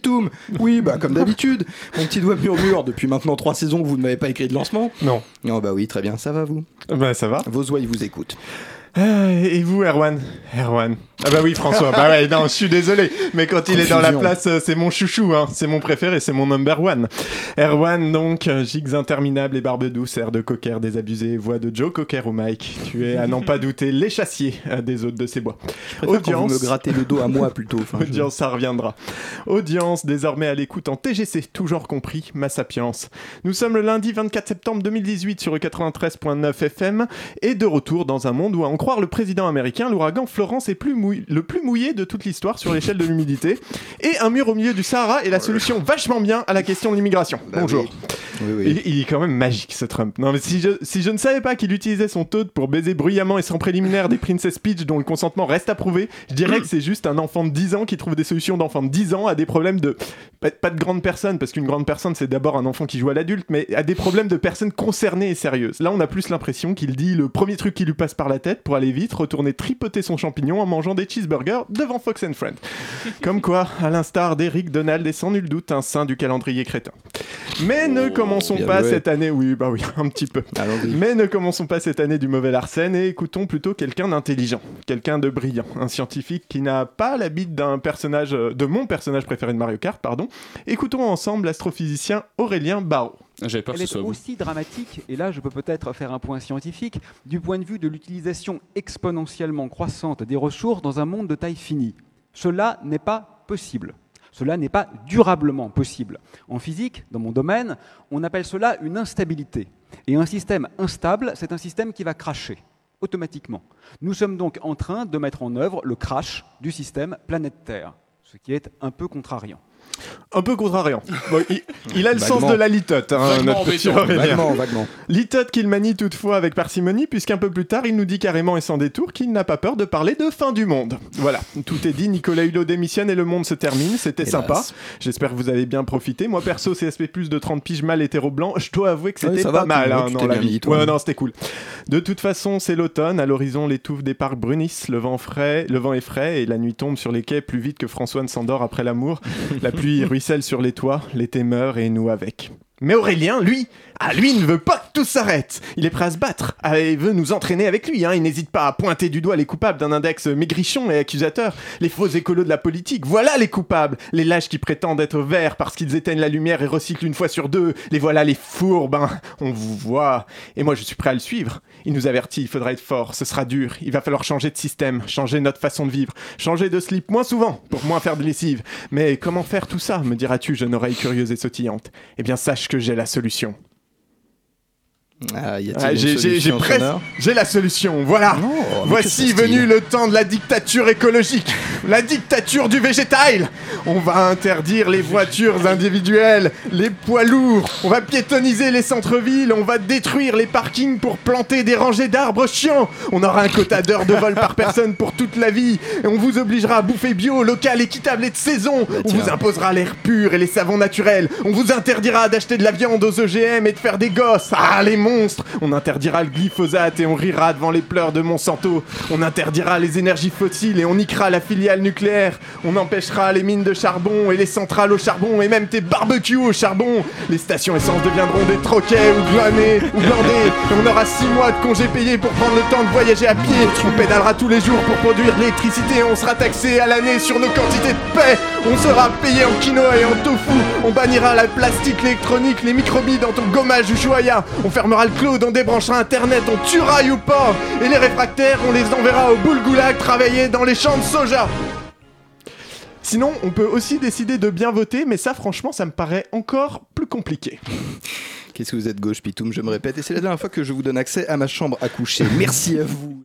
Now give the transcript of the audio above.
Pitoum. Oui, bah comme d'habitude. Mon petit doigt murmure depuis maintenant 3 saisons que vous ne m'avez pas écrit de lancement. Non. Oh bah oui, très bien, ça va vous? Bah ça va. Vos oies, ils vous écoutent. Et vous, Erwan? Ah bah oui, François. Bah ouais, non, je suis désolé. Mais quand il est dans la place, c'est mon chouchou, hein. C'est mon préféré, c'est mon number one. Erwan, donc, gigs interminables et barbe douce, air de cocker désabusé, voix de Joe Cocker ou Mike. Tu es, à n'en pas douter, l'échassier des hôtes de ces bois. Je préfère quand vous me grattez le dos à moi plutôt. Enfin, Audience, ça reviendra. Audience, désormais à l'écoute en TGC, tout genre compris, ma sapience. Nous sommes le lundi 24 septembre 2018 sur le 93.9 FM et de retour dans un monde où, à en croire le président américain, l'ouragan Florence est le plus mouillé de toute l'histoire sur l'échelle de l'humidité. Et un mur au milieu du Sahara est la solution vachement bien à la question de l'immigration. Bonjour. Oui. Il est quand même magique ce Trump. Non mais si je ne savais pas qu'il utilisait son toad pour baiser bruyamment et sans préliminaire des Princess Peach dont le consentement reste à prouver, je dirais que c'est juste un enfant de 10 ans qui trouve des solutions d'enfant de 10 ans à des problèmes de... Pas de grande personne, parce qu'une grande personne c'est d'abord un enfant qui joue à l'adulte, mais à des problèmes de personnes concernées et sérieuses. Là on a plus l'impression qu'il dit le premier truc qui lui passe par la tête pour aller vite, retourner tripoter son champignon en mangeant des cheeseburgers devant Fox & Friends. Comme quoi, à l'instar d'Eric Donald est sans nul doute un saint du calendrier crétin. Mais ne commençons pas cette année... Oui, un petit peu. Allons-y. Mais ne commençons pas cette année du mauvais Larsen et écoutons plutôt quelqu'un d'intelligent, quelqu'un de brillant, un scientifique qui n'a pas la bite de mon personnage préféré de Mario Kart, pardon. Écoutons ensemble l'astrophysicien Aurélien Barraud. Elle est aussi dramatique, et là je peux peut-être faire un point scientifique, du point de vue de l'utilisation exponentiellement croissante des ressources dans un monde de taille finie. Cela n'est pas possible. Cela n'est pas durablement possible. En physique, dans mon domaine, on appelle cela une instabilité. Et un système instable, c'est un système qui va crasher automatiquement. Nous sommes donc en train de mettre en œuvre le crash du système planète Terre, ce qui est un peu contrariant. Un peu contrariant. Bon, il a le sens de la litote, hein, notre petit Aurélien. Vaguement. Litote qu'il manie toutefois avec parcimonie, puisqu'un peu plus tard, il nous dit carrément et sans détour qu'il n'a pas peur de parler de fin du monde. Voilà, tout est dit, Nicolas Hulot démissionne et le monde se termine, c'était sympa. J'espère que vous avez bien profité. Moi perso, CSP+, de 30 piges mal hétéro-blanc, je dois avouer que c'était pas mal dans la vie. Ouais, non, c'était cool. De toute façon, c'est l'automne, à l'horizon, les touffes des parcs brunissent, le vent est frais et la nuit tombe sur les quais plus vite que François ne s'endort après l'amour. La pluie ruisselle sur les toits, l'été meurt et nous avec. Mais Aurélien, lui ne veut pas que tout s'arrête. Il est prêt à se battre. Il veut nous entraîner avec lui. Il n'hésite pas à pointer du doigt les coupables d'un index maigrichon et accusateur. Les faux écolos de la politique. Voilà les coupables. Les lâches qui prétendent être verts parce qu'ils éteignent la lumière et recyclent une fois sur deux. Les voilà les fourbes. On vous voit. Et moi, je suis prêt à le suivre. Il nous avertit, il faudra être fort. Ce sera dur. Il va falloir changer de système. Changer notre façon de vivre. Changer de slip moins souvent pour moins faire de lessive. Mais comment faire tout ça, me diras-tu, jeune oreille curieuse et sautillante? Eh bien, sache que j'ai la solution. J'ai la solution, voilà. Voici venu le temps de la dictature écologique, la dictature du végétal. On va interdire les voitures individuelles, les poids lourds, on va piétoniser les centres-villes, on va détruire les parkings pour planter des rangées d'arbres chiants. On aura un quota d'heures de vol par personne pour toute la vie et on vous obligera à bouffer bio, local, équitable et de saison. On vous imposera l'air pur et les savons naturels. On vous interdira d'acheter de la viande aux OGM et de faire des gosses. Les monstres. On interdira le glyphosate et on rira devant les pleurs de Monsanto. On interdira les énergies fossiles et on niquera la filiale nucléaire. On empêchera les mines de charbon et les centrales au charbon et même tes barbecues au charbon. Les stations essence deviendront des troquets ou glanés ou glandés. Et on aura 6 mois de congés payés pour prendre le temps de voyager à pied. On pédalera tous les jours pour produire de l'électricité. On sera taxé à l'année sur nos quantités de paix. On sera payé en quinoa et en tofu. On bannira la plastique, l'électronique, les microbilles dans ton gommage Ushuaïa. On fermera le cloud, on débranchera internet, on tuera YouPorn. Et les réfractaires, on les enverra au Boulgoulag travailler dans les champs de soja. Sinon, on peut aussi décider de bien voter, mais ça, franchement, ça me paraît encore plus compliqué. Qu'est-ce que vous êtes gauche, Pitoum, je me répète. Et c'est la dernière fois que je vous donne accès à ma chambre à coucher. Merci à vous.